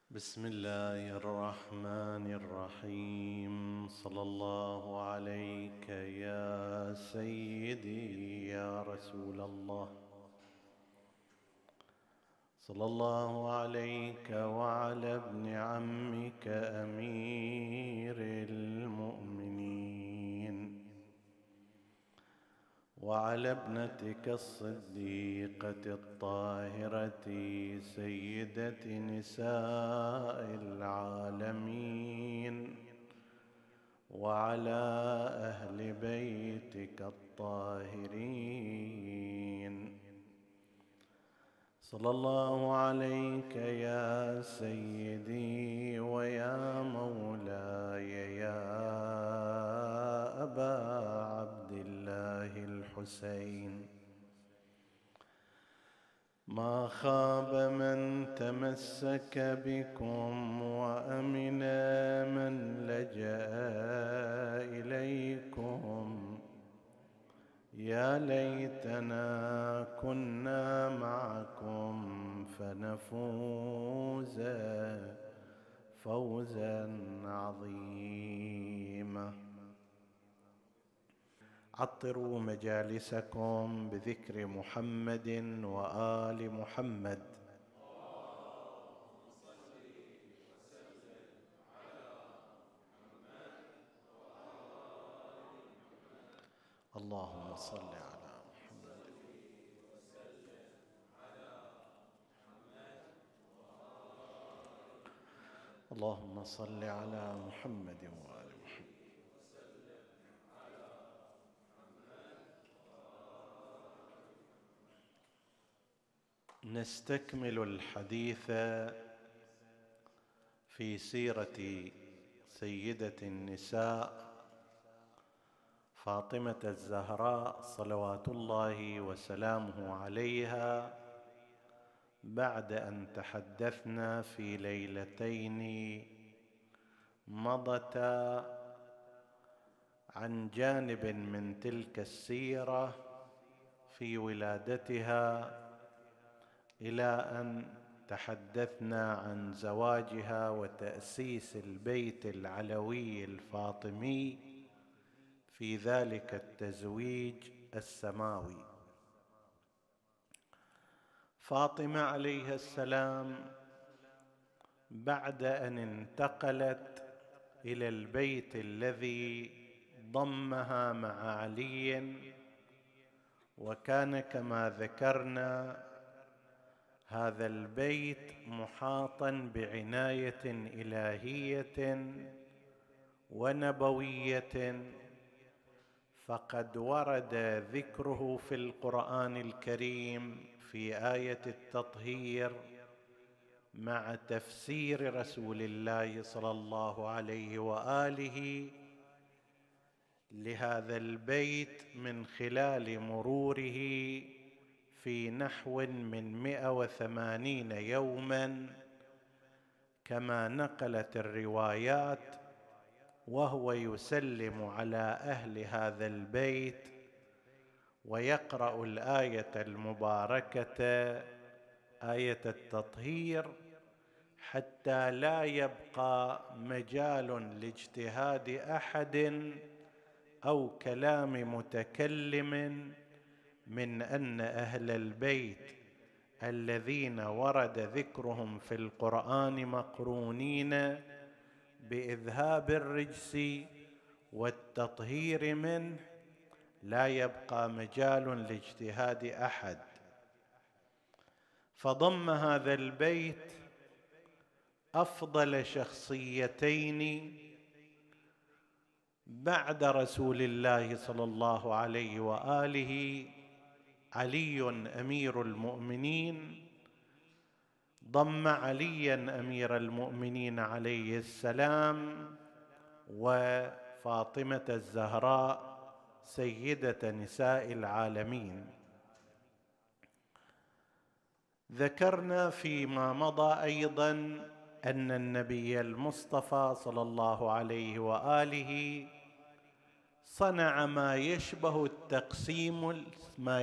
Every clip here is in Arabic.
بسم الله الرحمن الرحيم. صلى الله عليك يا سيدي يا رسول الله. صلى الله عليك وعلى ابن عمك أمير المؤمنين وعلى ابنتك الصديقة الطاهرة سيدة نساء العالمين وعلى أهل بيتك الطاهرين. صلى الله عليك يا سيدي ويا مولاي يا أبا عبد الله الحسين. ما خاب من تمسك بكم وأمن من لجأ إليكم. يا ليتنا كنا معكم فنفوز فوزا عظيما. عطروا مجالسكم بذكر محمد وآل محمد. اللهم صل على محمد. اللهم صل على محمد وآل محمد. نستكمل الحديث في سيرة سيدة النساء فاطمة الزهراء صلوات الله وسلامه عليها، بعد أن تحدثنا في ليلتين مضتا عن جانب من تلك السيرة في ولادتها، إلى أن تحدثنا عن زواجها وتأسيس البيت العلوي الفاطمي في ذلك التزويج السماوي. فاطمة عليها السلام بعد أن انتقلت إلى البيت الذي ضمها مع علي، وكان كما ذكرنا هذا البيت محاطا بعناية إلهية ونبوية، فقد ورد ذكره في القرآن الكريم في آية التطهير مع تفسير رسول الله صلى الله عليه وآله لهذا البيت من خلال مروره في نحو من 180 يوما كما نقلت الروايات، وهو يسلم على أهل هذا البيت ويقرأ الآية المباركة آية التطهير، حتى لا يبقى مجال لاجتهاد أحد أو كلام متكلم من أن أهل البيت الذين ورد ذكرهم في القرآن مقرونين بإذهاب الرجس والتطهير منه لا يبقى مجال لاجتهاد أحد. فضم هذا البيت أفضل شخصيتين بعد رسول الله صلى الله عليه وآله، علي أمير المؤمنين، ضم عليا أمير المؤمنين عليه السلام وفاطمة الزهراء سيدة نساء العالمين. ذكرنا فيما مضى أيضا أن النبي المصطفى صلى الله عليه وآله صنع ما يشبه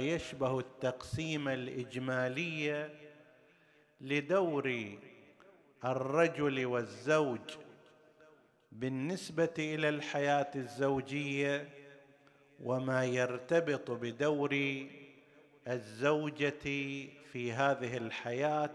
التقسيم الإجمالي لدور الرجل والزوج بالنسبة إلى الحياة الزوجية وما يرتبط بدور الزوجة في هذه الحياة،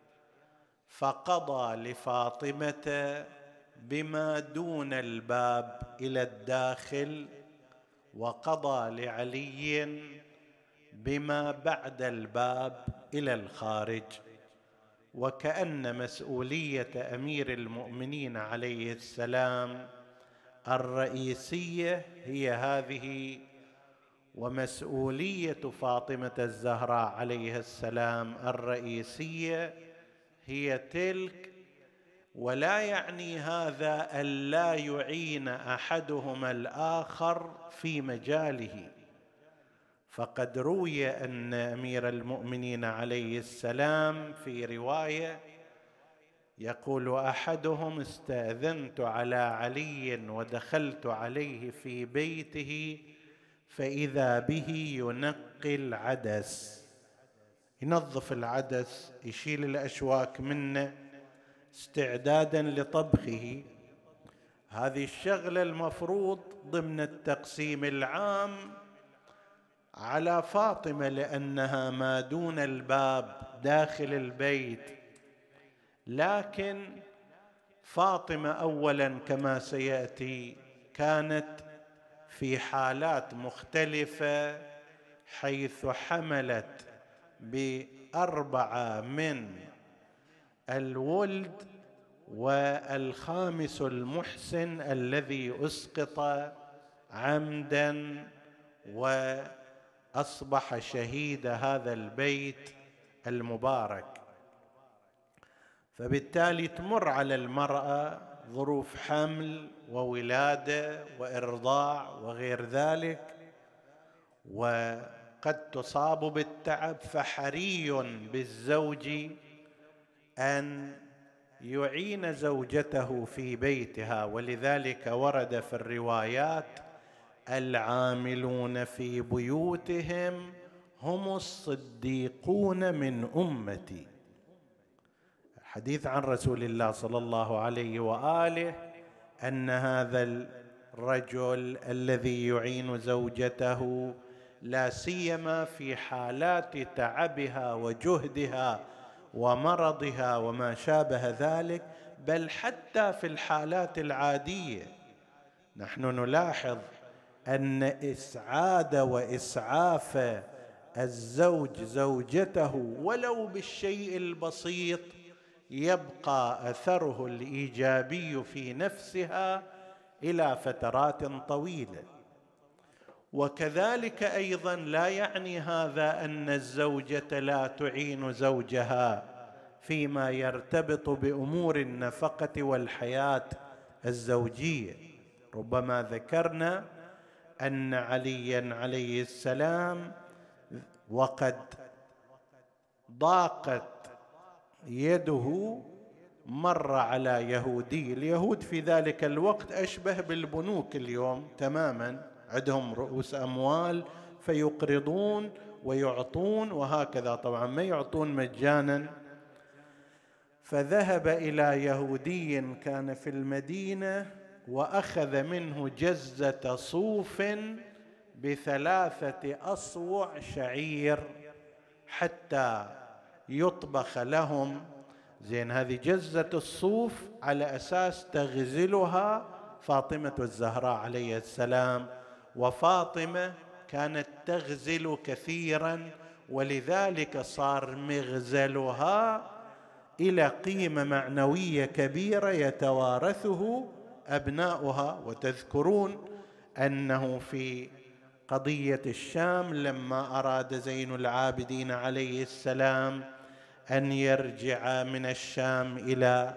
فقضى لفاطمة بما دون الباب إلى الداخل، وقضى لعلي بما بعد الباب إلى الخارج. وكأن مسؤولية أمير المؤمنين عليه السلام الرئيسية هي هذه، ومسؤولية فاطمة الزهراء عليه السلام الرئيسية هي تلك. ولا يعني هذا ألا يعين أحدهما الآخر في مجاله، فقد روي أن أمير المؤمنين عليه السلام في رواية يقول أحدهم: استأذنت على علي ودخلت عليه في بيته فإذا به ينقي العدس، ينظف العدس، يشيل الأشواك منه استعدادا لطبخه. هذه الشغلة المفروض ضمن التقسيم العام على فاطمة، لأنها ما دون الباب داخل البيت. لكن فاطمة أولا كما سيأتي كانت في حالات مختلفة، حيث حملت ب4 من الولد، والخامس المحسن الذي أسقط عمدا وأصبح شهيد هذا البيت المبارك. فبالتالي تمر على المرأة ظروف حمل وولادة وإرضاع وغير ذلك، وقد تصاب بالتعب، فحري بالزوج أن يعين زوجته في بيتها. ولذلك ورد في الروايات: العاملون في بيوتهم هم الصديقون من أمتي. حديث عن رسول الله صلى الله عليه وآله أن هذا الرجل الذي يعين زوجته لا سيما في حالات تعبها وجهدها ومرضها وما شابه ذلك، بل حتى في الحالات العادية نحن نلاحظ أن إسعاد وإسعاف الزوج زوجته ولو بالشيء البسيط يبقى أثره الإيجابي في نفسها إلى فترات طويلة. وكذلك أيضا لا يعني هذا أن الزوجة لا تعين زوجها فيما يرتبط بأمور النفقة والحياة الزوجية. ربما ذكرنا أن عليا عليه السلام وقد ضاقت يده مر على يهودي. اليهود في ذلك الوقت أشبه بالبنوك اليوم تماما، عندهم رؤوس أموال فيقرضون ويعطون وهكذا، طبعا ما يعطون مجانا. فذهب إلى يهودي كان في المدينة وأخذ منه جزة صوف ب3 أصوع شعير حتى يطبخ لهم. زين، هذه جزة الصوف على أساس تغزلها فاطمة الزهراء عليه السلام، وفاطمة كانت تغزل كثيرا، ولذلك صار مغزلها إلى قيمة معنوية كبيرة يتوارثه أبناؤها. وتذكرون أنه في قضية الشام لما أراد زين العابدين عليه السلام أن يرجع من الشام إلى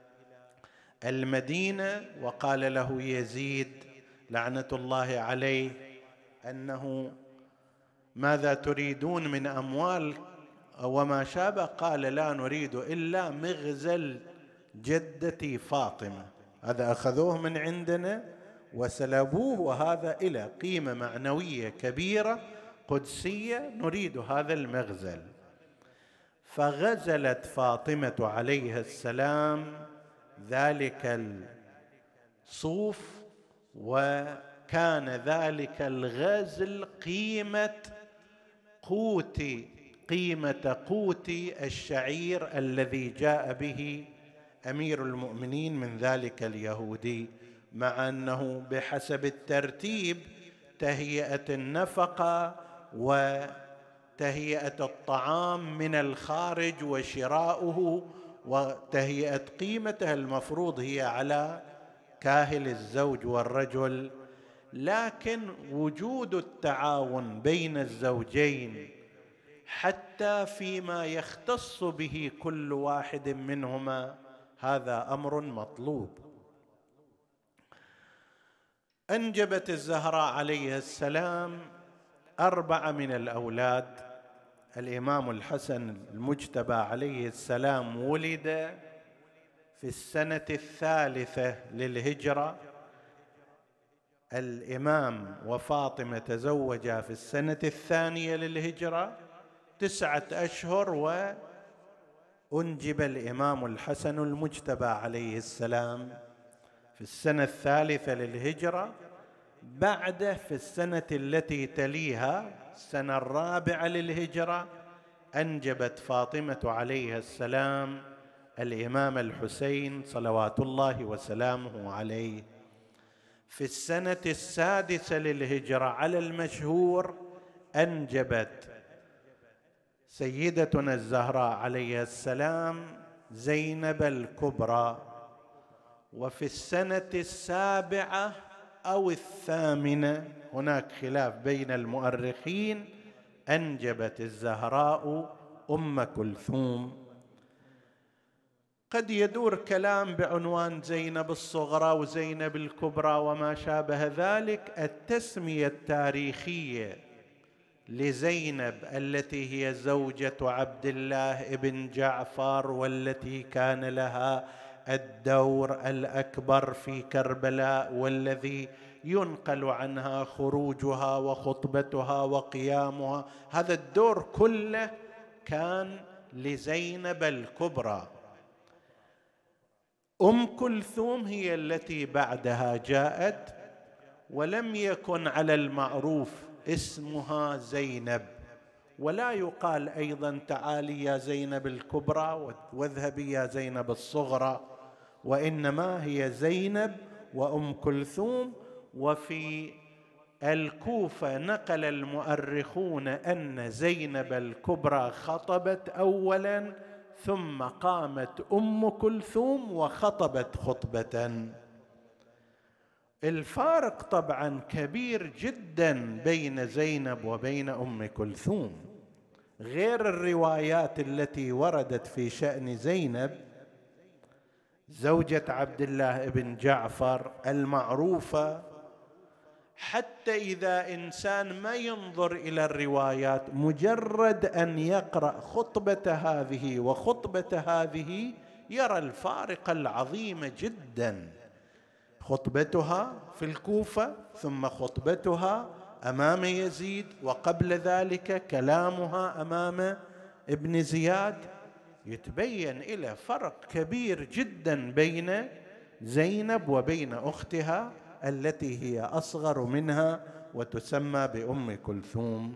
المدينة، وقال له يزيد لعنة الله عليه أنه: ماذا تريدون من أموال وما شابه؟ قال: لا نريد إلا مغزل جدتي فاطمة، هذا أخذوه من عندنا وسلبوه، وهذا إلى قيمة معنوية كبيرة قدسية، نريد هذا المغزل. فغزلت فاطمة عليها السلام ذلك الصوف، وكان ذلك الغزل قيمة قوت الشعير الذي جاء به أمير المؤمنين من ذلك اليهودي، مع أنه بحسب الترتيب تهيئة النفقة وتهيئة الطعام من الخارج وشراؤه وتهيئة قيمته المفروض هي على كاهل الزوج والرجل، لكن وجود التعاون بين الزوجين حتى فيما يختص به كل واحد منهما هذا أمر مطلوب. أنجبت الزهراء عليه السلام 4 من الأولاد. الإمام الحسن المجتبى عليه السلام ولد في السنة 3 للهجرة، الإمام وفاطمة تزوجا في السنة 2 للهجرة 9 أشهر، وأنجب الإمام الحسن المجتبى عليه السلام في السنة 3 للهجرة. بعده في السنة التي تليها السنة 4 للهجرة أنجبت فاطمة عليها السلام الإمام الحسين صلوات الله وسلامه عليه. في السنة 6 للهجرة على المشهور أنجبت سيدتنا الزهراء عليها السلام زينب الكبرى. وفي السنة 7 أو 8 هناك خلاف بين المؤرخين أنجبت الزهراء أم كلثوم. قد يدور كلام بعنوان زينب الصغرى وزينب الكبرى وما شابه ذلك. التسمية التاريخية لزينب التي هي زوجة عبد الله بن جعفر والتي كان لها الدور الأكبر في كربلاء، والذي ينقل عنها خروجها وخطبتها وقيامها، هذا الدور كله كان لزينب الكبرى. أم كلثوم هي التي بعدها جاءت، ولم يكن على المعروف اسمها زينب، ولا يقال أيضا تعالي يا زينب الكبرى واذهبي يا زينب الصغرى، وإنما هي زينب وأم كلثوم. وفي الكوفة نقل المؤرخون أن زينب الكبرى خطبت أولا ثم قامت أم كلثوم وخطبت خطبة. الفارق طبعا كبير جدا بين زينب وبين أم كلثوم، غير الروايات التي وردت في شأن زينب زوجة عبد الله بن جعفر المعروفة. حتى إذا إنسان ما ينظر إلى الروايات، مجرد أن يقرأ خطبة هذه وخطبة هذه يرى الفارق العظيم جدا. خطبتها في الكوفة ثم خطبتها أمام يزيد، وقبل ذلك كلامها أمام ابن زياد، يتبين إلى فرق كبير جدا بين زينب وبين أختها التي هي أصغر منها وتسمى بأم كلثوم.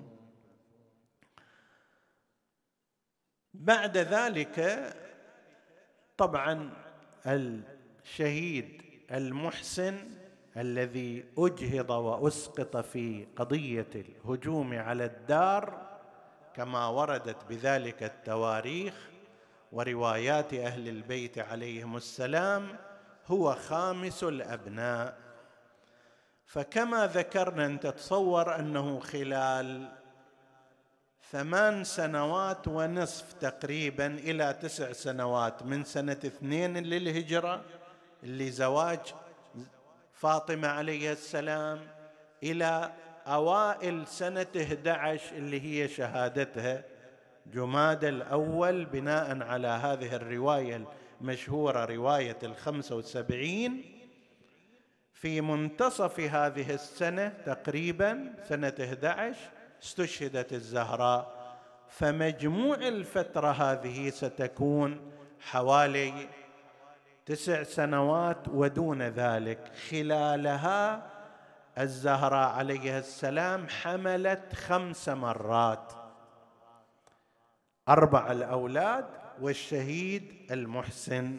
بعد ذلك طبعا الشهيد المحسن الذي أجهض وأسقط في قضية الهجوم على الدار كما وردت بذلك التواريخ وروايات أهل البيت عليهم السلام، هو خامس الأبناء. فكما ذكرنا أن تتصور أنه خلال 8 سنوات ونصف تقريبا إلى 9 سنوات من سنة 2 للهجرة اللي زواج فاطمة عليه السلام إلى أوائل سنة 11 اللي هي شهادتها جمادى الأول، بناء على هذه الرواية المشهورة رواية 75. في منتصف هذه السنة تقريبا سنة 11 استشهدت الزهراء فمجموع الفترة هذه ستكون حوالي 9 سنوات ودون ذلك. خلالها الزهراء عليها السلام حملت 5 مرات، 4 الأولاد والشهيد المحسن.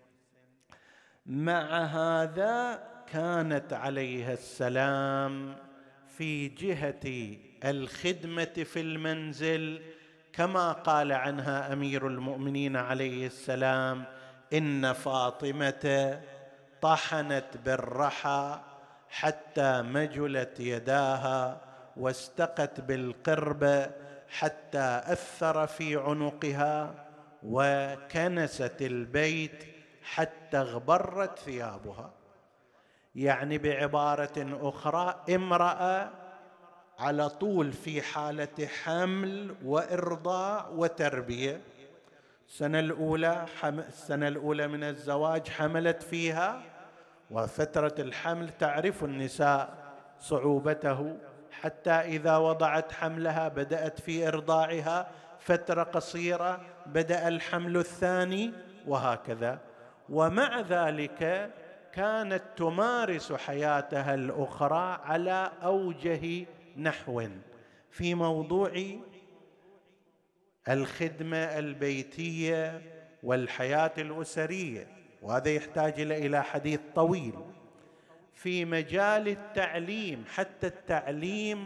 مع هذا كانت عليها السلام في جهة الخدمة في المنزل كما قال عنها أمير المؤمنين عليه السلام: إن فاطمة طحنت بالرحى حتى مجلت يداها، واستقت بالقرب حتى أثر في عنقها، وكنست البيت حتى اغبرت ثيابها. يعني بعبارة أخرى، امرأة على طول في حالة حمل وإرضاع وتربية. السنة الأولى من الزواج حملت فيها، وفترة الحمل تعرف النساء صعوبته، حتى إذا وضعت حملها بدأت في إرضاعها فترة قصيرة، بدأ الحمل الثاني، وهكذا. ومع ذلك كانت تمارس حياتها الأخرى على أوجه نحو في موضوع الخدمة البيتية والحياة الأسرية، وهذا يحتاج إلى حديث طويل. في مجال التعليم، حتى التعليم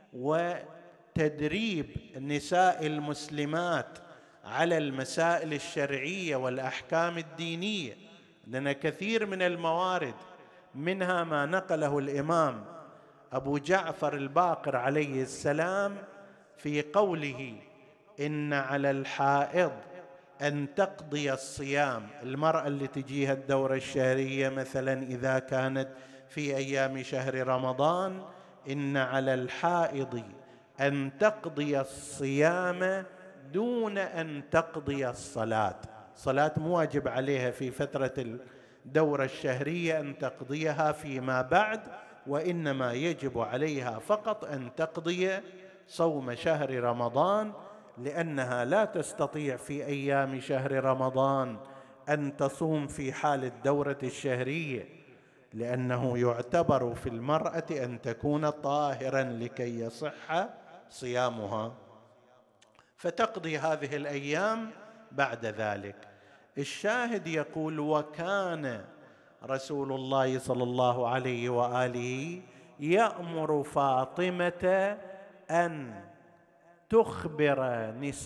وتدريب النساء المسلمات على المسائل الشرعية والأحكام الدينية، لنا كثير من الموارد، منها ما نقله الإمام أبو جعفر الباقر عليه السلام في قوله: إن على الحائض أن تقضي الصيام. المرأة اللي تجيها الدورة الشهرية مثلا إذا كانت في أيام شهر رمضان، إن على الحائض أن تقضي الصيام دون أن تقضي الصلاة. صلاة مو واجب عليها في فترة الدورة الشهرية أن تقضيها فيما بعد، وإنما يجب عليها فقط أن تقضي صوم شهر رمضان، لأنها لا تستطيع في أيام شهر رمضان أن تصوم في حال الدورة الشهرية، لأنه يعتبر في المرأة أن تكون طاهرا لكي يصح صيامها، فتقضي هذه الأيام بعد ذلك. الشاهد يقول: وكان رسول الله صلى الله عليه وآله يأمر فاطمة أن تخبر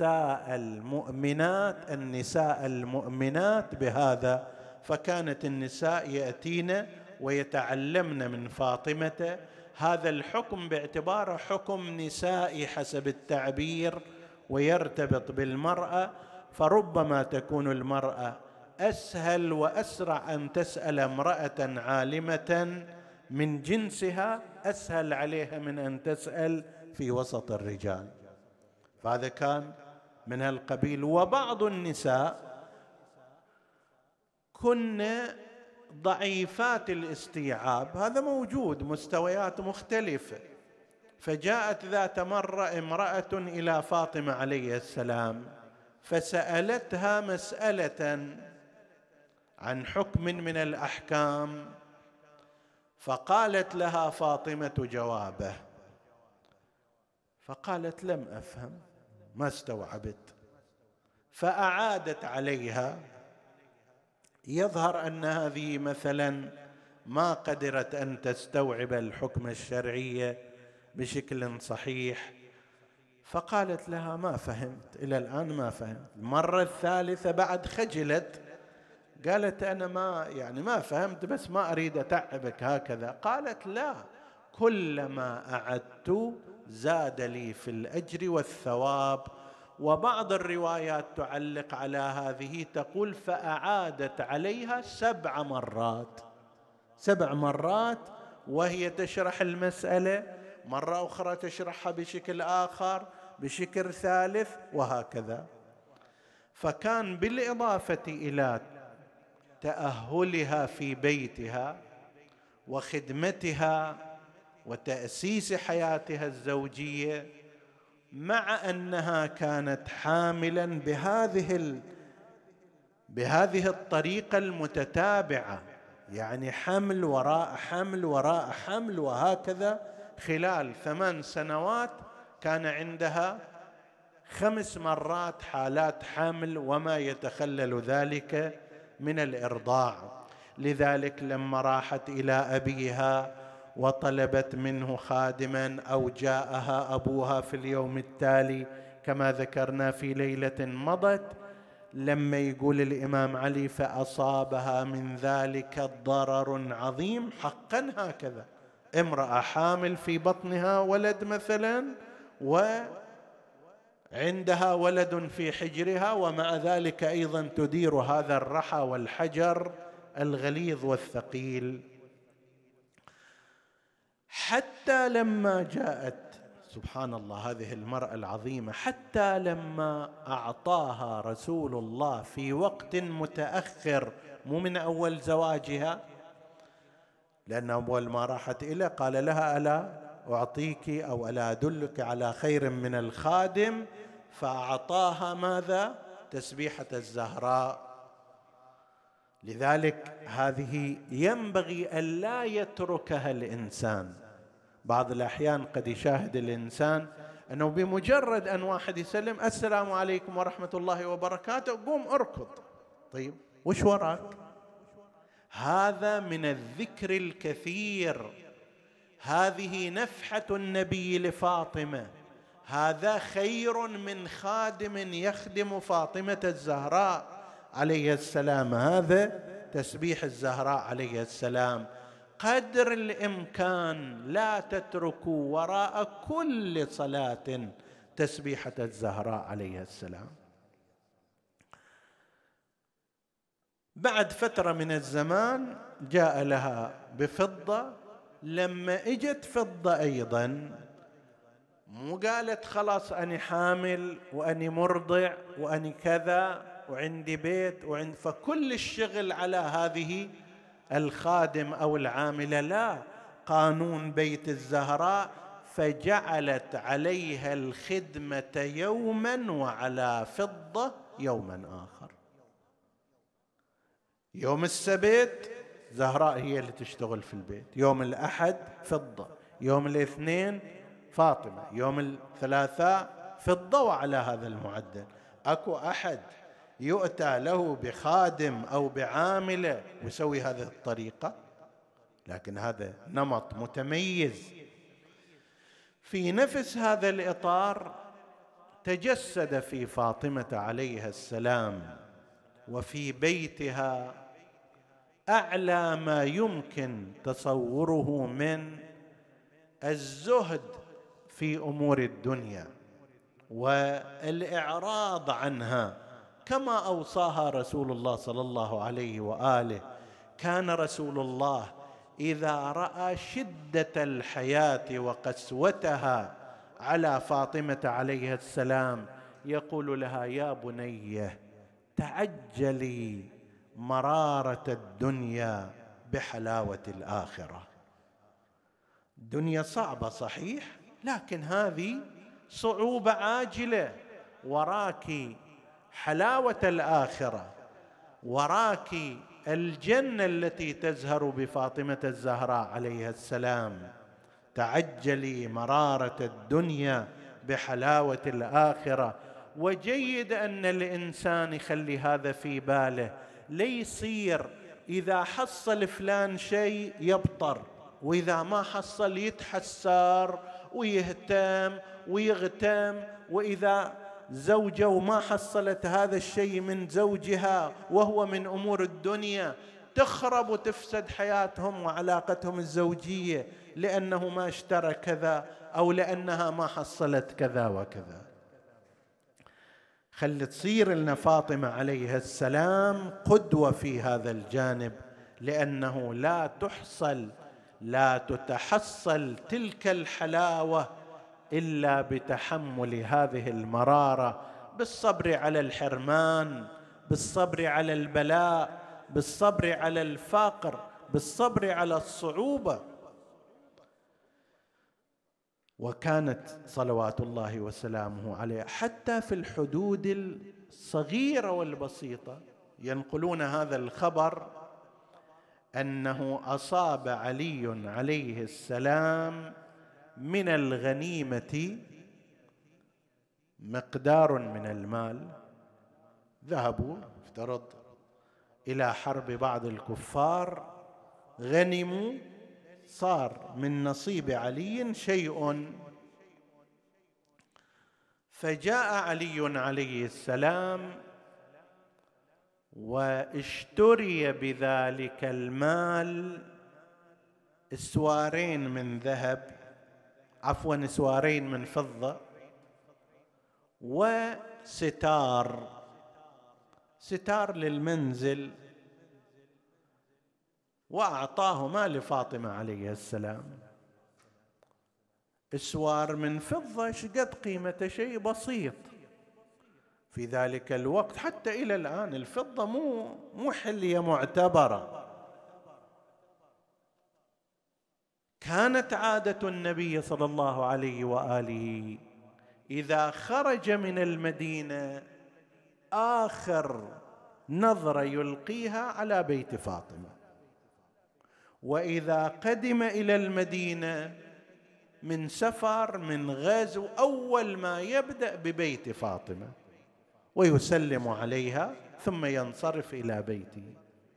النساء المؤمنات بهذا. فكانت النساء يأتين ويتعلمن من فاطمة هذا الحكم باعتباره حكم نسائي حسب التعبير، ويرتبط بالمرأة، فربما تكون المرأة أسهل وأسرع أن تسأل امرأة عالمة من جنسها، أسهل عليها من أن تسأل في وسط الرجال. فهذا كان من القبيل. وبعض النساء كن ضعيفات الاستيعاب، هذا موجود، مستويات مختلفة. فجاءت ذات مرة امرأة إلى فاطمة عليه السلام فسألتها مسألة عن حكم من الأحكام، فقالت لها فاطمة جوابه، فقالت: لم أفهم، ما استوعبت. فأعادت عليها. يظهر أن هذه مثلا ما قدرت أن تستوعب الحكم الشرعي بشكل صحيح، فقالت لها: ما فهمت، إلى الآن ما فهمت. المرة الثالثة بعد خجلت، قالت: أنا ما فهمت، بس ما أريد أتعبك هكذا. قالت: لا، كلما أعدت زاد لي في الأجر والثواب. وبعض الروايات تعلق على هذه تقول: فأعادت عليها 7 مرات، 7 مرات وهي تشرح المسألة، مرة أخرى تشرحها بشكل آخر، بشكل ثالث، وهكذا. فكان بالإضافة إلى تأهلها في بيتها وخدمتها وتأسيس حياتها الزوجية، مع أنها كانت حاملا بهذه الطريقة المتتابعة، يعني حمل وراء حمل وراء حمل، وهكذا خلال 8 سنوات كان عندها 5 مرات حالات حمل وما يتخلل ذلك من الإرضاع. لذلك لما راحت إلى أبيها وطلبت منه خادما أو جاءها أبوها في اليوم التالي كما ذكرنا في ليلة مضت، لما يقول الإمام علي فأصابها من ذلك ضرر عظيم، حقا هكذا امرأة حامل في بطنها ولد مثلا وعندها ولد في حجرها، ومع ذلك أيضا تدير هذا الرحى والحجر الغليظ والثقيل. حتى لما جاءت سبحان الله هذه المرأة العظيمة، حتى لما أعطاها رسول الله في وقت متأخر، مو من أول زواجها، لأن أول ما راحت إليه قال لها ألا أعطيك أو ألا أدلك على خير من الخادم، فأعطاها ماذا؟ تسبيحة الزهراء. لذلك هذه ينبغي ألا يتركها الإنسان. بعض الأحيان قد يشاهد الإنسان أنه بمجرد أن واحد يسلم السلام عليكم ورحمة الله وبركاته قوم أركض. طيب وش وراك؟ هذا من الذكر الكثير، هذه نفحة النبي لفاطمة، هذا خير من خادم يخدم فاطمة الزهراء عليه السلام، هذا تسبيح الزهراء عليه السلام. قدر الإمكان لا تتركوا وراء كل صلاة تسبيحة الزهراء عليه السلام. بعد فترة من الزمان جاء لها بفضة، لما اجت فضة أيضا مو قالت خلاص أنا حامل وأني مرضع وأني كذا وعندي بيت فكل الشغل على هذه الخادم أو العاملة، لا، قانون بيت الزهراء فجعلت عليها الخدمة يوما وعلى فضة يوما آخر. يوم السبت زهراء هي اللي تشتغل في البيت، يوم الأحد فضة، يوم الاثنين فاطمة، يوم الثلاثاء فضة، وعلى هذا المعدل. أكو أحد يؤتى له بخادم أو بعاملة ويسوي هذه الطريقة؟ لكن هذا نمط متميز. في نفس هذا الإطار تجسد في فاطمة عليها السلام وفي بيتها أعلى ما يمكن تصوره من الزهد في أمور الدنيا والإعراض عنها، كما أوصاها رسول الله صلى الله عليه وآله. كان رسول الله إذا رأى شدة الحياة وقسوتها على فاطمة عليه السلام يقول لها يا بنية تعجلي مرارة الدنيا بحلاوة الآخرة. الدنيا صعبة صحيح، لكن هذه صعوبة عاجلة، وراك حلاوة الآخرة، وراك الجنة التي تزهر بفاطمة الزهراء عليها السلام. تعجلي مرارة الدنيا بحلاوة الآخرة. وجيد أن الإنسان يخلي هذا في باله، ليصير إذا حصل فلان شيء يبطر، وإذا ما حصل يتحسر ويهتم ويغتم، وإذا زوجة وما حصلت هذا الشيء من زوجها وهو من أمور الدنيا تخرب وتفسد حياتهم وعلاقتهم الزوجية لأنه ما اشترى كذا أو لأنها ما حصلت كذا وكذا. خلي تصير لنا فاطمة عليها السلام قدوة في هذا الجانب، لأنه لا تتحصل تلك الحلاوة إلا بتحمل هذه المرارة، بالصبر على الحرمان، بالصبر على البلاء، بالصبر على الفقر، بالصبر على الصعوبة. وكانت صلوات الله وسلامه عليه حتى في الحدود الصغيرة والبسيطة ينقلون هذا الخبر أنه أصاب علي عليه السلام من الغنيمة مقدار من المال. ذهبوا افترض إلى حرب بعض الكفار، غنموا، صار من نصيب علي شيء، فجاء علي عليه السلام واشتري بذلك المال اسوارين من ذهب، عفوا اسوارين من فضة، وستار، ستار للمنزل، وأعطاهما لفاطمة عليه السلام. اسوار من فضة شقد قيمته؟ شيء بسيط في ذلك الوقت، حتى إلى الآن الفضة مو حلية معتبرة. كانت عادة النبي صلى الله عليه وآله إذا خرج من المدينة آخر نظرة يلقيها على بيت فاطمة، وإذا قدم إلى المدينة من سفر من غزو أول ما يبدأ ببيت فاطمة ويسلم عليها ثم ينصرف إلى بيته.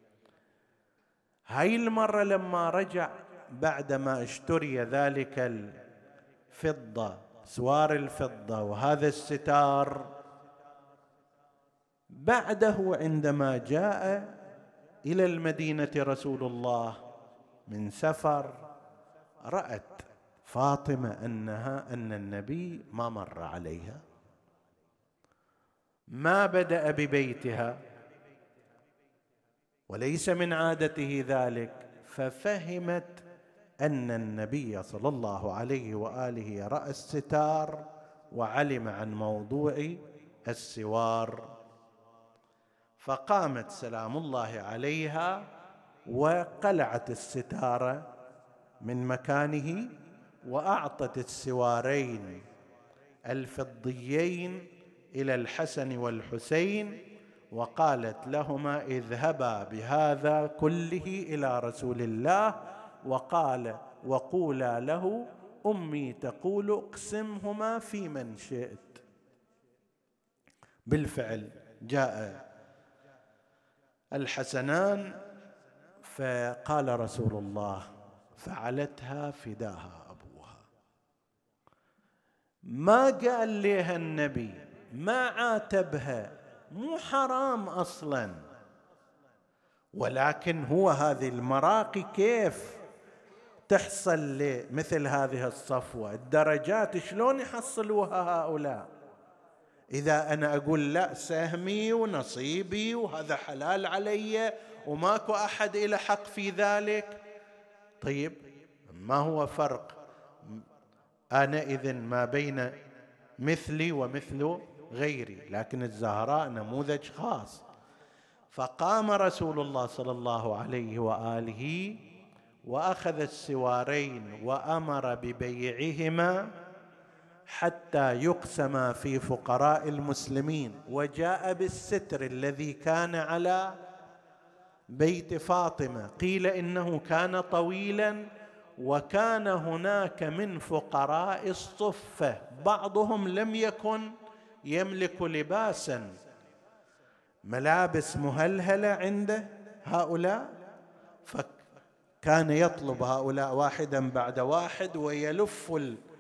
هاي المرة لما رجع بعدما اشتري ذلك الفضة، سوار الفضة وهذا الستار، بعده عندما جاء إلى المدينة رسول الله من سفر، رأت فاطمة أن النبي ما مر عليها، ما بدأ ببيتها، وليس من عادته ذلك، ففهمت أن النبي صلى الله عليه وآله رأى الستار وعلم عن موضوع السوار، فقامت سلام الله عليها وقلعت الستار من مكانه، وأعطت السوارين الفضيين إلى الحسن والحسين، وقالت لهما اذهبا بهذا كله إلى رسول الله وقولا له أمي تقول اقسمهما في من شئت. بالفعل جاء الحسنان، فقال رسول الله فعلتها فداها أبوها. ما قال لها النبي، ما عاتبها، مو حرام أصلا، ولكن هو هذه المراقي كيف تحصل لمثل هذه الصفوة، الدرجات شلون يحصلوها هؤلاء؟ إذا أنا أقول لا، سهمي ونصيبي وهذا حلال علي وماكو أحد إله حق في ذلك، طيب ما هو فرق آنئذ ما بين مثلي ومثل غيري؟ لكن الزهراء نموذج خاص. فقام رسول الله صلى الله عليه وآله وأخذ السوارين وأمر ببيعهما حتى يقسما في فقراء المسلمين، وجاء بالستر الذي كان على بيت فاطمة، قيل إنه كان طويلا، وكان هناك من فقراء الصفة بعضهم لم يكن يملك لباسا، ملابس مهلهلة عند هؤلاء، فكان يطلب هؤلاء واحدا بعد واحد ويلف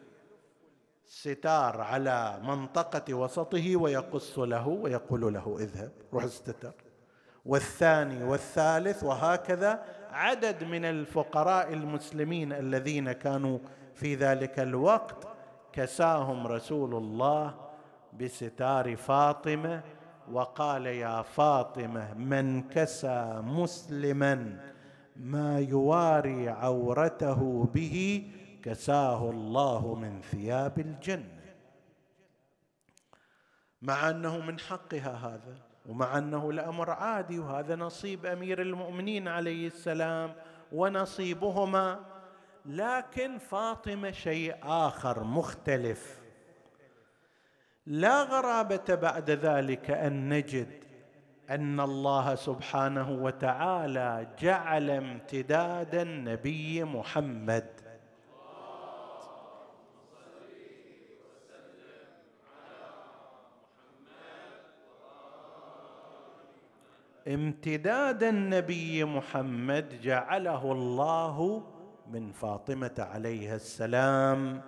الستار على منطقة وسطه ويقص له ويقول له اذهب روح استتر، والثاني والثالث، وهكذا عدد من الفقراء المسلمين الذين كانوا في ذلك الوقت كساهم رسول الله بستار فاطمة، وقال يا فاطمة من كسى مسلما ما يواري عورته به كساه الله من ثياب الجنة. مع أنه من حقها هذا، ومع أنه الأمر عادي، وهذا نصيب أمير المؤمنين عليه السلام ونصيبهما، لكن فاطمة شيء آخر مختلف. لا غرابة بعد ذلك أن نجد أن الله سبحانه وتعالى جعل امتداد النبي محمد امتداد النبي محمد جعله الله من فاطمة عليها السلام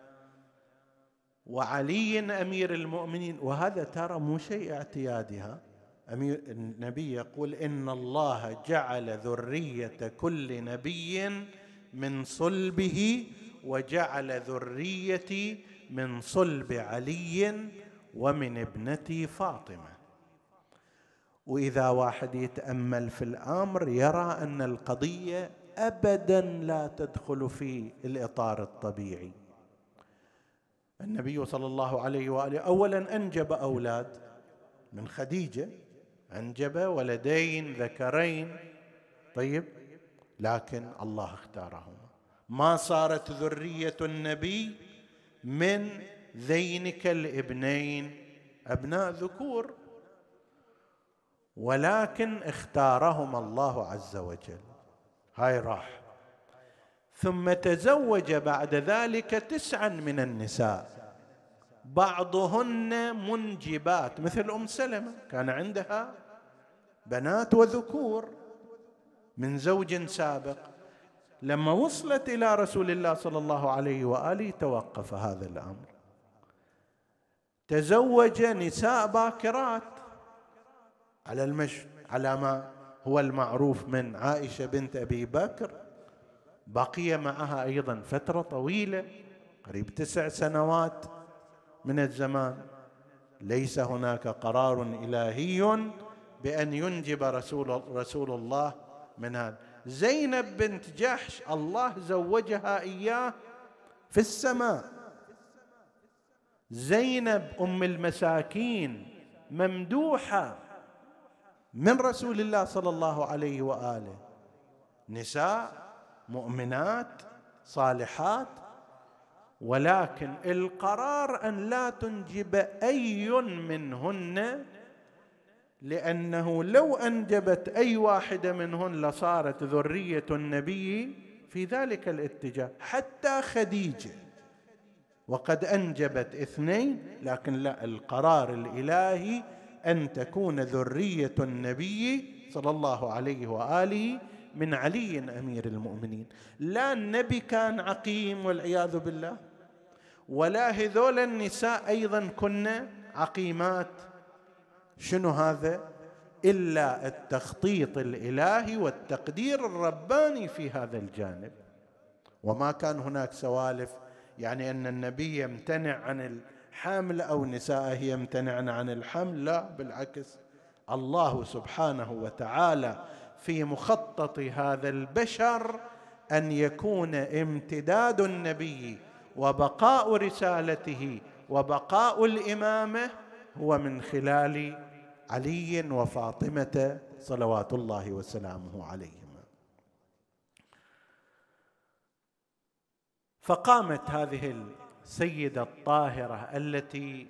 وعلي أمير المؤمنين. وهذا ترى مو شيء اعتيادها. النبي يقول إن الله جعل ذرية كل نبي من صلبه وجعل ذريتي من صلب علي ومن ابنتي فاطمة. وإذا واحد يتأمل في الأمر يرى أن القضية أبدا لا تدخل في الإطار الطبيعي. النبي صلى الله عليه وآله أولا أنجب أولاد من خديجة، أنجب ولدين ذكرين، طيب، لكن الله اختارهما. ما صارت ذرية النبي من ذينك الابنين أبناء ذكور، ولكن اختارهم الله عز وجل. هاي راح. ثم تزوج بعد ذلك 9 من النساء، بعضهن منجبات مثل أم سلمة، كان عندها بنات وذكور من زوج سابق. لما وصلت إلى رسول الله صلى الله عليه وآله توقف هذا الأمر. تزوج نساء باكرات على ما هو المعروف من عائشة بنت أبي بكر، بقي معها أيضا فترة طويلة قريب 9 سنوات من الزمان. ليس هناك قرار إلهي بأن ينجب رسول الله من هذا. زينب بنت جحش الله زوجها إياه في السماء. زينب أم المساكين ممدوحة من رسول الله صلى الله عليه وآله، نساء مؤمنات صالحات، ولكن القرار أن لا تنجب أي منهن، لأنه لو أنجبت أي واحدة منهن لصارت ذرية النبي في ذلك الاتجاه. حتى خديجة وقد أنجبت 2، لكن لا، القرار الإلهي أن تكون ذرية النبي صلى الله عليه وآله من علي أمير المؤمنين. لا النبي كان عقيم والعياذ بالله، ولا هذول النساء أيضا كن عقيمات. شنو هذا إلا التخطيط الإلهي والتقدير الرباني في هذا الجانب. وما كان هناك سوالف يعني أن النبي يمتنع عن الحمل أو نساءه يمتنعن عن الحمل، لا بالعكس. الله سبحانه وتعالى في مخطط هذا البشر أن يكون امتداد النبي وبقاء رسالته وبقاء الإمامة هو من خلال علي وفاطمة صلوات الله وسلامه عليهما. فقامت هذه السيدة الطاهرة التي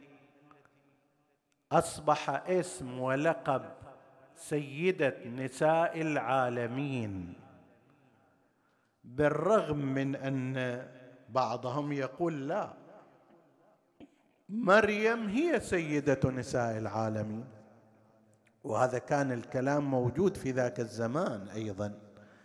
أصبح اسم ولقب سيدة نساء العالمين، بالرغم من أن بعضهم يقول لا، مريم هي سيدة نساء العالمين، وهذا كان الكلام موجود في ذاك الزمان أيضا.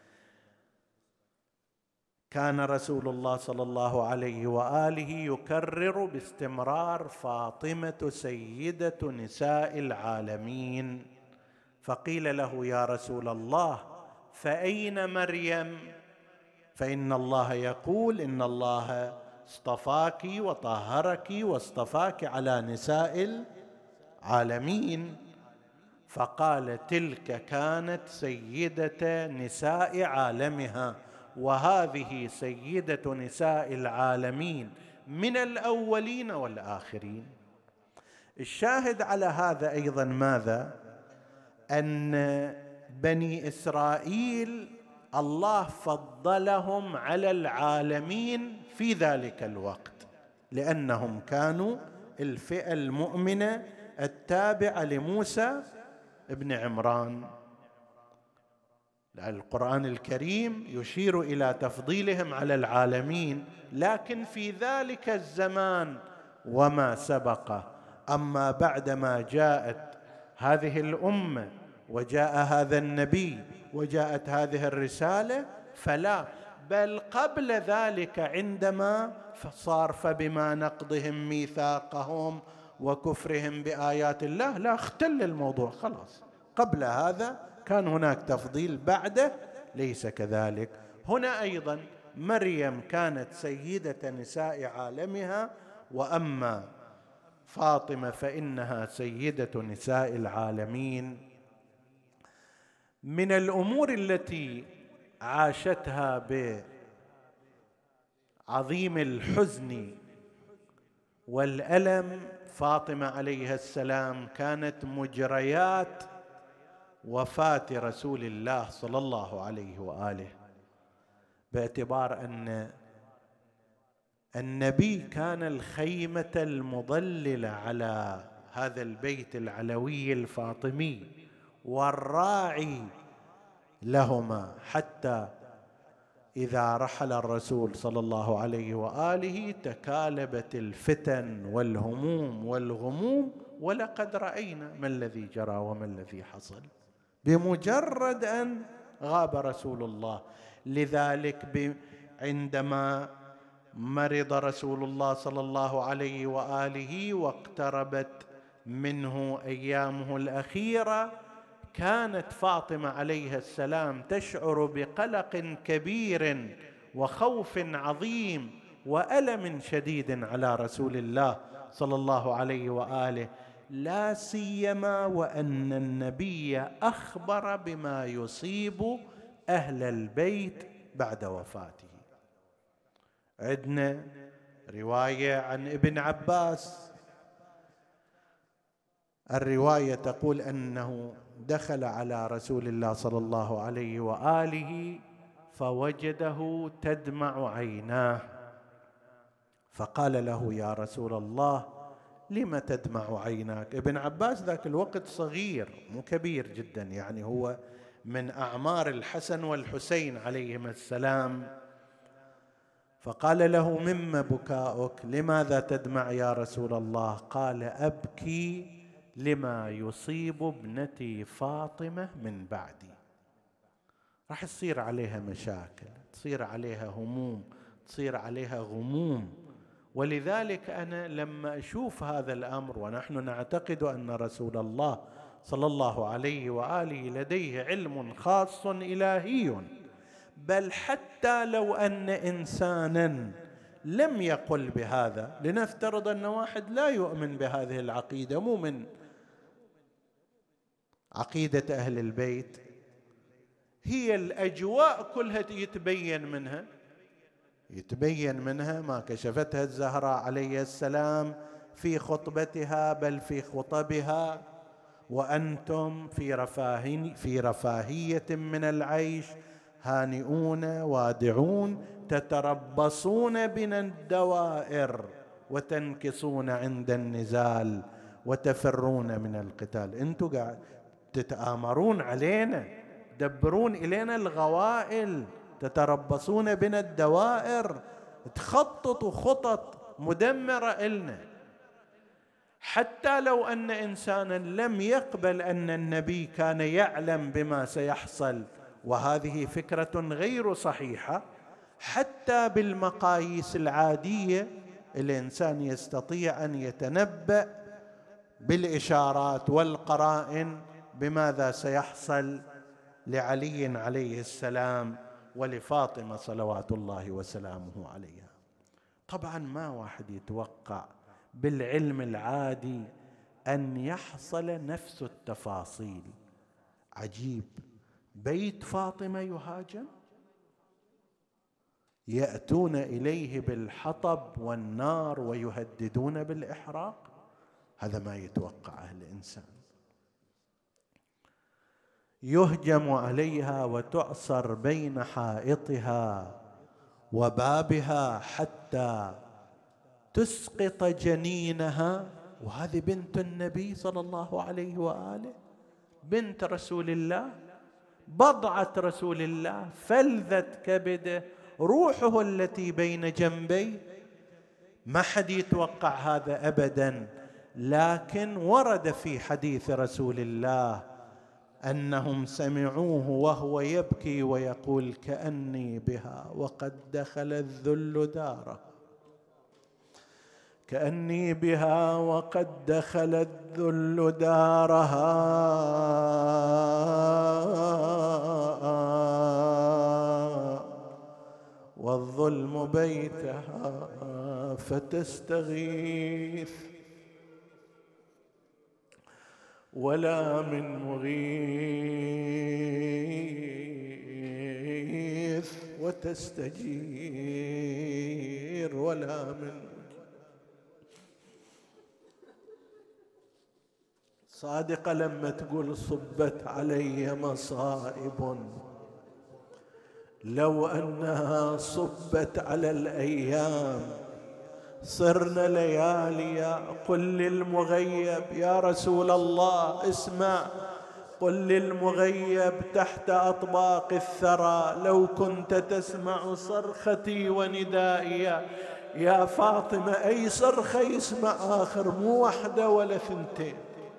كان رسول الله صلى الله عليه وآله يكرر باستمرار فاطمة سيدة نساء العالمين. فقيل له يا رسول الله فأين مريم؟ فإن الله يقول إن الله اصطفاك وطهرك واصطفاك على نساء العالمين. فقال تلك كانت سيدة نساء عالمها، وهذه سيدة نساء العالمين من الأولين والآخرين. الشاهد على هذا أيضا ماذا؟ أن بني إسرائيل الله فضلهم على العالمين في ذلك الوقت، لأنهم كانوا الفئة المؤمنة التابعة لموسى ابن عمران. القرآن الكريم يشير إلى تفضيلهم على العالمين، لكن في ذلك الزمان وما سبقه. أما بعدما جاءت هذه الأمة وجاء هذا النبي وجاءت هذه الرسالة فلا، بل قبل ذلك عندما صار فبما نقضهم ميثاقهم وكفرهم بآيات الله، لا، اختل الموضوع خلاص. قبل هذا كان هناك تفضيل، بعده ليس كذلك. هنا أيضا مريم كانت سيدة نساء عالمها، وأما فاطمة فإنها سيدة نساء العالمين. من الأمور التي عاشتها بعظيم الحزن والألم فاطمة عليها السلام كانت مجريات وفاة رسول الله صلى الله عليه وآله، باعتبار أن النبي كان الخيمة المظللة على هذا البيت العلوي الفاطمي والراعي لهما، حتى إذا رحل الرسول صلى الله عليه وآله تكالبت الفتن والهموم والغموم، ولقد رأينا ما الذي جرى وما الذي حصل بمجرد أن غاب رسول الله. لذلك عندما مرض رسول الله صلى الله عليه وآله واقتربت منه أيامه الأخيرة، كانت فاطمة عليها السلام تشعر بقلق كبير وخوف عظيم وألم شديد على رسول الله صلى الله عليه وآله، لا سيما وأن النبي أخبر بما يصيب أهل البيت بعد وفاته. عندنا رواية عن ابن عباس، الرواية تقول أنه دخل على رسول الله صلى الله عليه وآله فوجده تدمع عيناه، فقال له: يا رسول الله، لم تدمع عيناك؟ ابن عباس ذاك الوقت صغير، مو كبير جدا، يعني هو من أعمار الحسن والحسين عليهما السلام. فقال له: مما بكاؤك؟ لماذا تدمع يا رسول الله؟ قال: أبكي لما يصيب ابنتي فاطمة من بعدي. راح تصير عليها مشاكل، تصير عليها هموم، تصير عليها غموم. ولذلك أنا لما أشوف هذا الأمر، ونحن نعتقد أن رسول الله صلى الله عليه وآله لديه علم خاص إلهي، بل حتى لو أن إنسانا لم يقل بهذا، لنفترض أن واحد لا يؤمن بهذه العقيدة، مو من عقيدة أهل البيت، هي الأجواء كلها يتبين منها ما كشفتها الزهراء عليه السلام في خطبتها، بل في خطبها: وأنتم في رفاهية من العيش، هانئون وادعون، تتربصون بنا الدوائر وتنكصون عند النزال وتفرون من القتال. انتم قاعد تتآمرون علينا، تدبرون إلينا الغوائل، تتربصون بنا الدوائر، تخططوا خطط مدمرة إلنا. حتى لو أن إنسانا لم يقبل أن النبي كان يعلم بما سيحصل، وهذه فكرة غير صحيحة، حتى بالمقاييس العادية الإنسان يستطيع أن يتنبأ بالإشارات والقرائن بماذا سيحصل لعلي عليه السلام ولفاطمة صلوات الله وسلامه عليها. طبعا ما واحد يتوقع بالعلم العادي أن يحصل نفس التفاصيل. عجيب، بيت فاطمة يهاجم، يأتون إليه بالحطب والنار ويهددون بالإحراق، هذا ما يتوقعه الإنسان. يهجم عليها وتعصر بين حائطها وبابها حتى تسقط جنينها. وهذه بنت النبي صلى الله عليه وآله، بنت رسول الله، بضعة رسول الله، فلذة كبده، روحه التي بين جنبيه. ما حد يتوقع هذا أبدا، لكن ورد في حديث رسول الله أنهم سمعوه وهو يبكي ويقول: كأني بها وقد دخل الذل داره، كأني بها وقد دخل الذل دارها، والظلم بيتها فتستغيث ولا من مغيث، وتستجير ولا من. صادقة لما تقول: صبت علي مصائب لو أنها صبت على الأيام، صرنا ليالي. قل للمغيب يا رسول الله اسمع، قل للمغيب تحت أطباق الثرى لو كنت تسمع صرختي وندائي يا فاطمة. أي صرخة يسمع آخر، مو واحدة ولا ثنتين.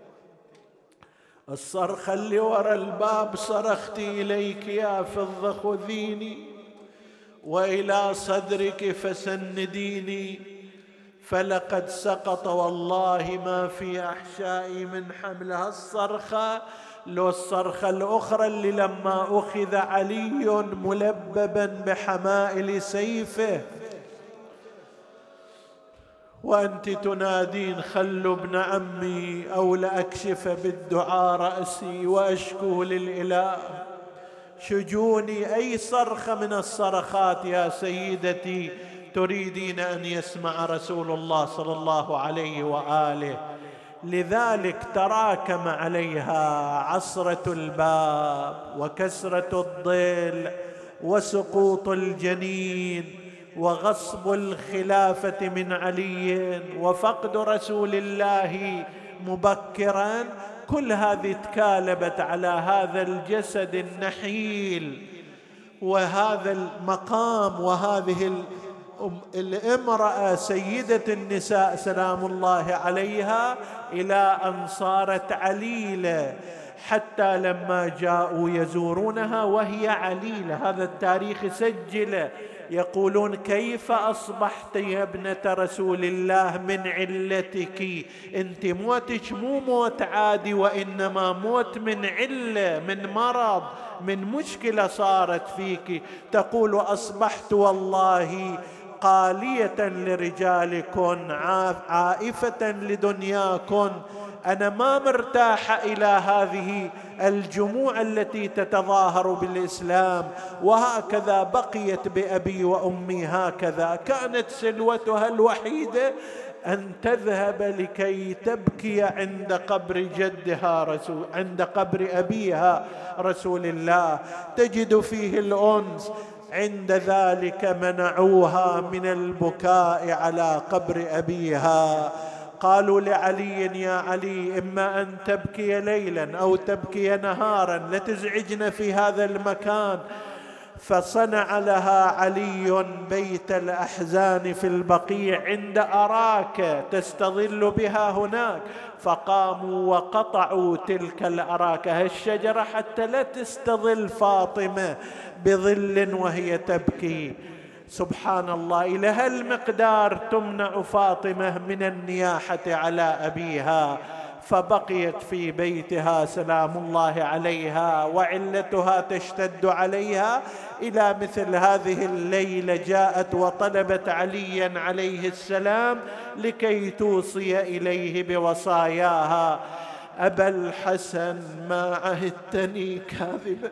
الصرخة اللي ورا الباب: صرختي إليك يا فضة خذيني وإلى صدرك فسنديني، فلقد سقط والله ما في أحشائي من حملها. الصرخة لو الصرخة الأخرى اللي لما أخذ علي ملببا بحمائل سيفه وأنت تنادين: خلوا ابن عمي أو لأكشف بالدعاء رأسي وأشكو للإله شجوني. أي صرخة من الصرخات يا سيدتي تريدين أن يسمع رسول الله صلى الله عليه وآله؟ لذلك تراكم عليها عصرة الباب وكسرة الضلع وسقوط الجنين وغصب الخلافة من علي وفقد رسول الله مبكرا. كل هذه تكالبت على هذا الجسد النحيل وهذا المقام وهذه الامرأة سيدة النساء سلام الله عليها، إلى أن صارت عليلة، حتى لما جاءوا يزورونها وهي عليلة. هذا التاريخ سجله، يقولون: كيف أصبحت يا ابنة رسول الله من علتك؟ أنت موتك مو موت عادي، وإنما موت من علة، من مرض، من مشكلة صارت فيك. تقول: أصبحت والله قالية لرجالكن، عائفة لدنياكن، أنا ما مرتاحة إلى هذه الجموع التي تتظاهر بالإسلام. وهكذا بقيت بأبي وأمي، هكذا كانت سلوتها الوحيدة أن تذهب لكي تبكي عند قبر جدها عند قبر أبيها رسول الله، تجد فيه الأنس. عند ذلك منعوها من البكاء على قبر أبيها. قالوا لعلي: يا علي، إما أن تبكي ليلا أو تبكي نهارا، لا تزعجنا في هذا المكان. فصنع لها علي بيت الأحزان في البقيع عند أراك تستظل بها هناك. فقاموا وقطعوا تلك الأراكة، الشجرة، حتى لا تستظل فاطمة بظل وهي تبكي. سبحان الله، إلى هالمقدار تمنع فاطمة من النياحة على أبيها، فبقيت في بيتها سلام الله عليها وعلتها تشتد عليها. إلى مثل هذه الليلة جاءت وطلبت عليا عليه السلام لكي توصي إليه بوصاياها: أبا الحسن ما عهدتني كاذبا،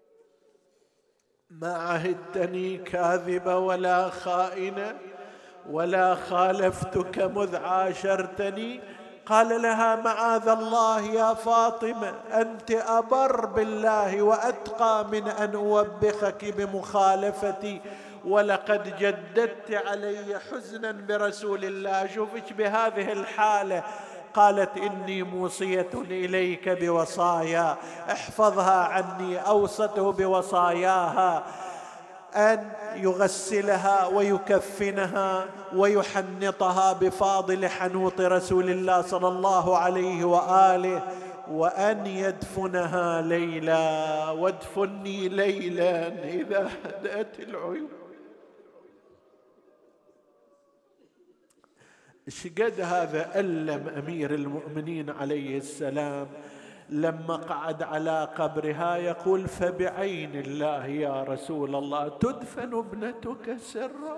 ما عهدتني كاذبة ولا خائنة، ولا خالفتك مذ عاشرتني. قال لها معاذ الله يا فاطمة، أنت أبر بالله وأتقى من أن أوبخك بمخالفتي، ولقد جددت علي حزنا برسول الله. شوفك بهذه الحالة. قالت إني موصية إليك بوصايا احفظها عني. أوصته بوصاياها أن يغسلها ويكفنها ويحنطها بفاضل حنوط رسول الله صلى الله عليه وآله، وأن يدفنها ليلا. وادفني ليلا إذا هدأت العيون. شقد هذا ألم أمير المؤمنين عليه السلام لما قعد على قبرها يقول: فبعين الله يا رسول الله تدفن ابنتك سرا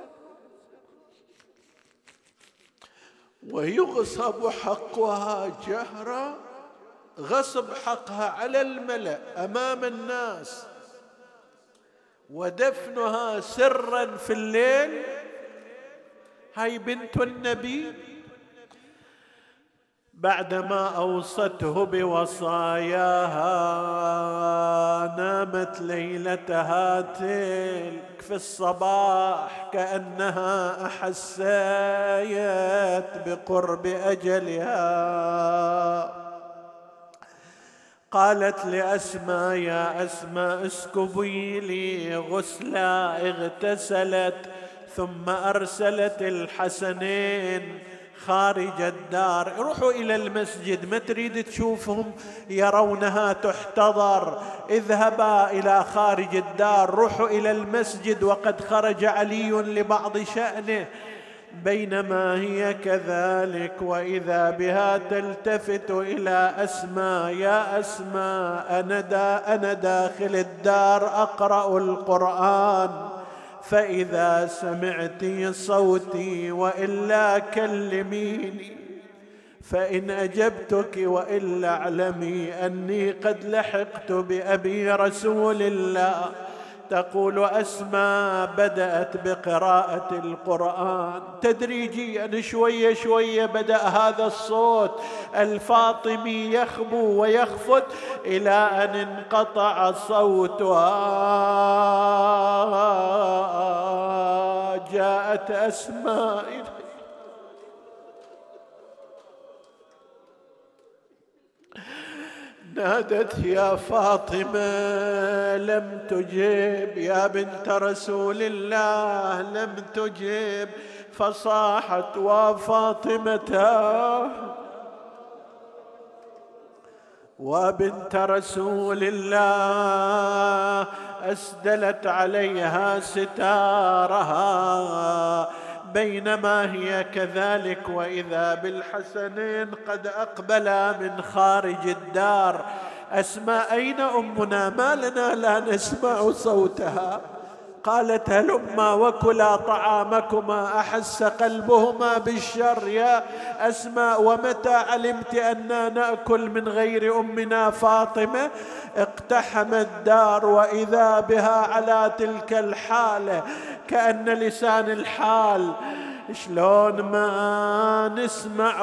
ويغصب حقها جهرا. غصب حقها على الملأ أمام الناس، ودفنها سرا في الليل. هاي بنت النبي بعدما أوصته بوصاياها نامت ليلتها تلك في الصباح كأنها أحسيت بقرب أجلها. قالت لأسماء: يا أسماء اسكبي لي غسلا. اغتسلت ثم أرسلت الحسنين خارج الدار: روحوا إلى المسجد، ما تريد تشوفهم يرونها تحتضر، اذهبا إلى خارج الدار، روحوا إلى المسجد وقد خرج علي لبعض شأنه. بينما هي كذلك وإذا بها تلتفت إلى أسماء: يا أسماء أنا داخل الدار أقرأ القرآن، فإذا سمعتي صوتي وإلا كلميني، فإن أجبتك وإلا اعلمي أني قد لحقت بأبي رسول الله. تقول أسماء: بدأت بقراءة القرآن تدريجيا شوية شوية، بدأ هذا الصوت الفاطمي يخبو ويخفت إلى أن انقطع صوتها. جاءت أسماء نادت: يا فاطمة، لم تجب، يا بنت رسول الله لم تجب. فصاحت: وفاطمة وبنت رسول الله. أسدلت عليها ستارها. بينما هي كذلك وإذا بالحسنين قد أقبلا من خارج الدار. أسماء: أين أمنا؟ ما لنا لا نسمع صوتها. قالت: هلما وكلا طعامكما. أحس قلبهما بالشر. يا أسماء، ومتى علمت أننا نأكل من غير أمنا فاطمة؟ اقتحم الدار وإذا بها على تلك الحالة، كأن لسان الحال شلون ما نسمع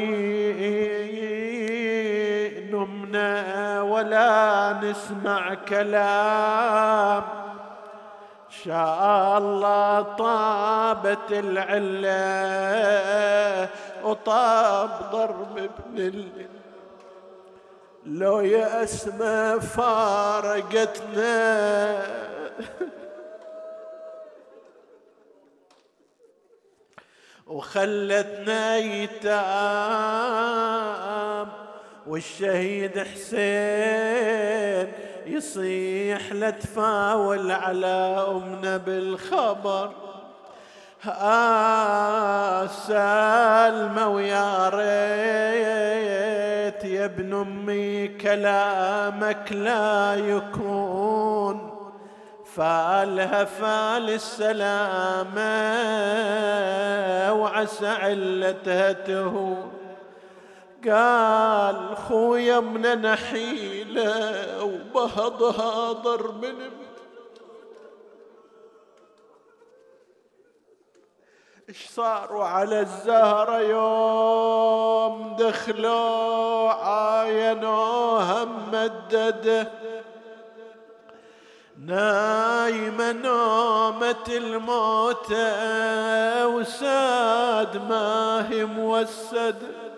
نمنا ولا نسمع كلام. شاء الله طابت العلة وطاب ضرب ابن لو يا أسماء فارقتنا وخلتنا يتام. والشهيد حسين يصيح لتفاول على أمنا بالخبر. سالمة ويا ريت يا ابن أمي كلامك لا يكون. فالها فال السلامة وعسى علتها تهون. قال: خويا من نحيله وبهضها ضرب ايش صاروا على الزهرة يوم دخلوا عاينوها ممددة نايمة نومة الموتى وساد ما هي موسد.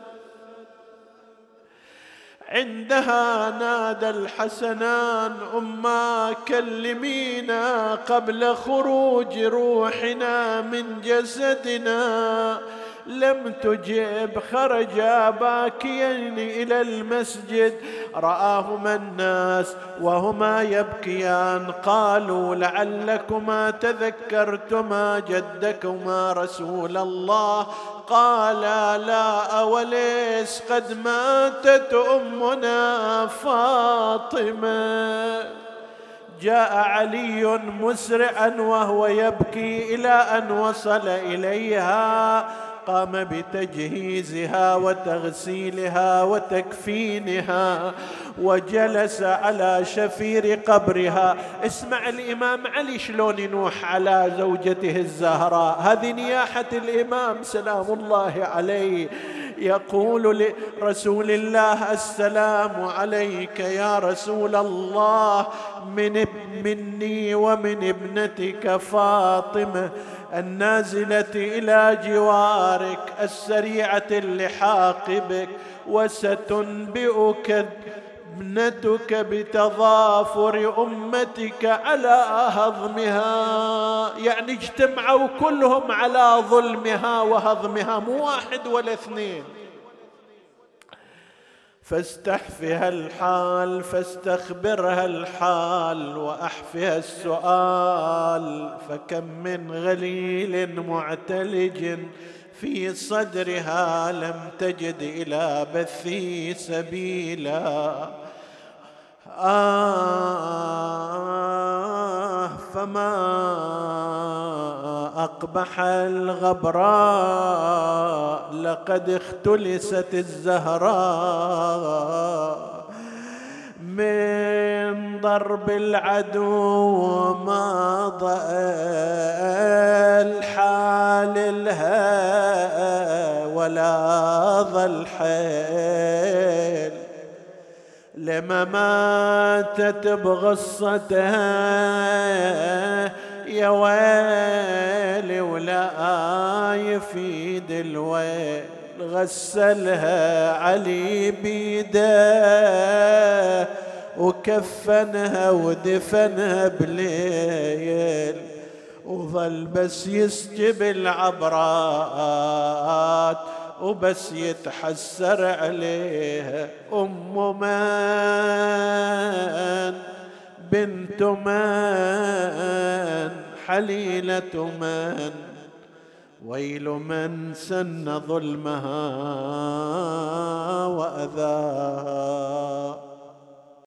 عندها نادى الحسنان أما كلمينا قبل خروج روحنا من جسدنا. لم تجب، خرجا باكيين إلى المسجد، رآهما الناس وهما يبكيان، قالوا لعلكما تذكرتما جدكما رسول الله. قالا لا، أوليس قد ماتت أمنا فاطمة. جاء علي مسرعا وهو يبكي إلى أن وصل إليها، قام بتجهيزها وتغسيلها وتكفينها وجلس على شفير قبرها. اسمع الإمام علي شلون ينوح على زوجته الزهراء، هذه نياحة الإمام سلام الله عليه. يقول لرسول الله السلام عليك يا رسول الله مني ومن ابنتك فاطمة النازلة إلى جوارك السريعة اللحاق بك، وستنبئك ابنتك بتضافر أمتك على هضمها. يعني اجتمعوا كلهم على ظلمها وهضمها، مو واحد ولا اثنين. فاستحفها الحال، فاستخبرها الحال، وأحفها السؤال. فكم من غليل معتلج في صدرها لم تجد إلى بثي سبيلا. فما أقبح الغبراء، لقد اختلست الزهراء من ضرب العدو. ما ضل حال لها ولا ظل حيل، لما ماتت بغصتها يا ويلي ولا يفيد الويل. غسلها علي بيده وكفنها ودفنها بليل، وظل بس يسجب العبرات وبس يتحسر عليها. أم من بنت من حليلة من، ويل من سن ظلمها وأذاها.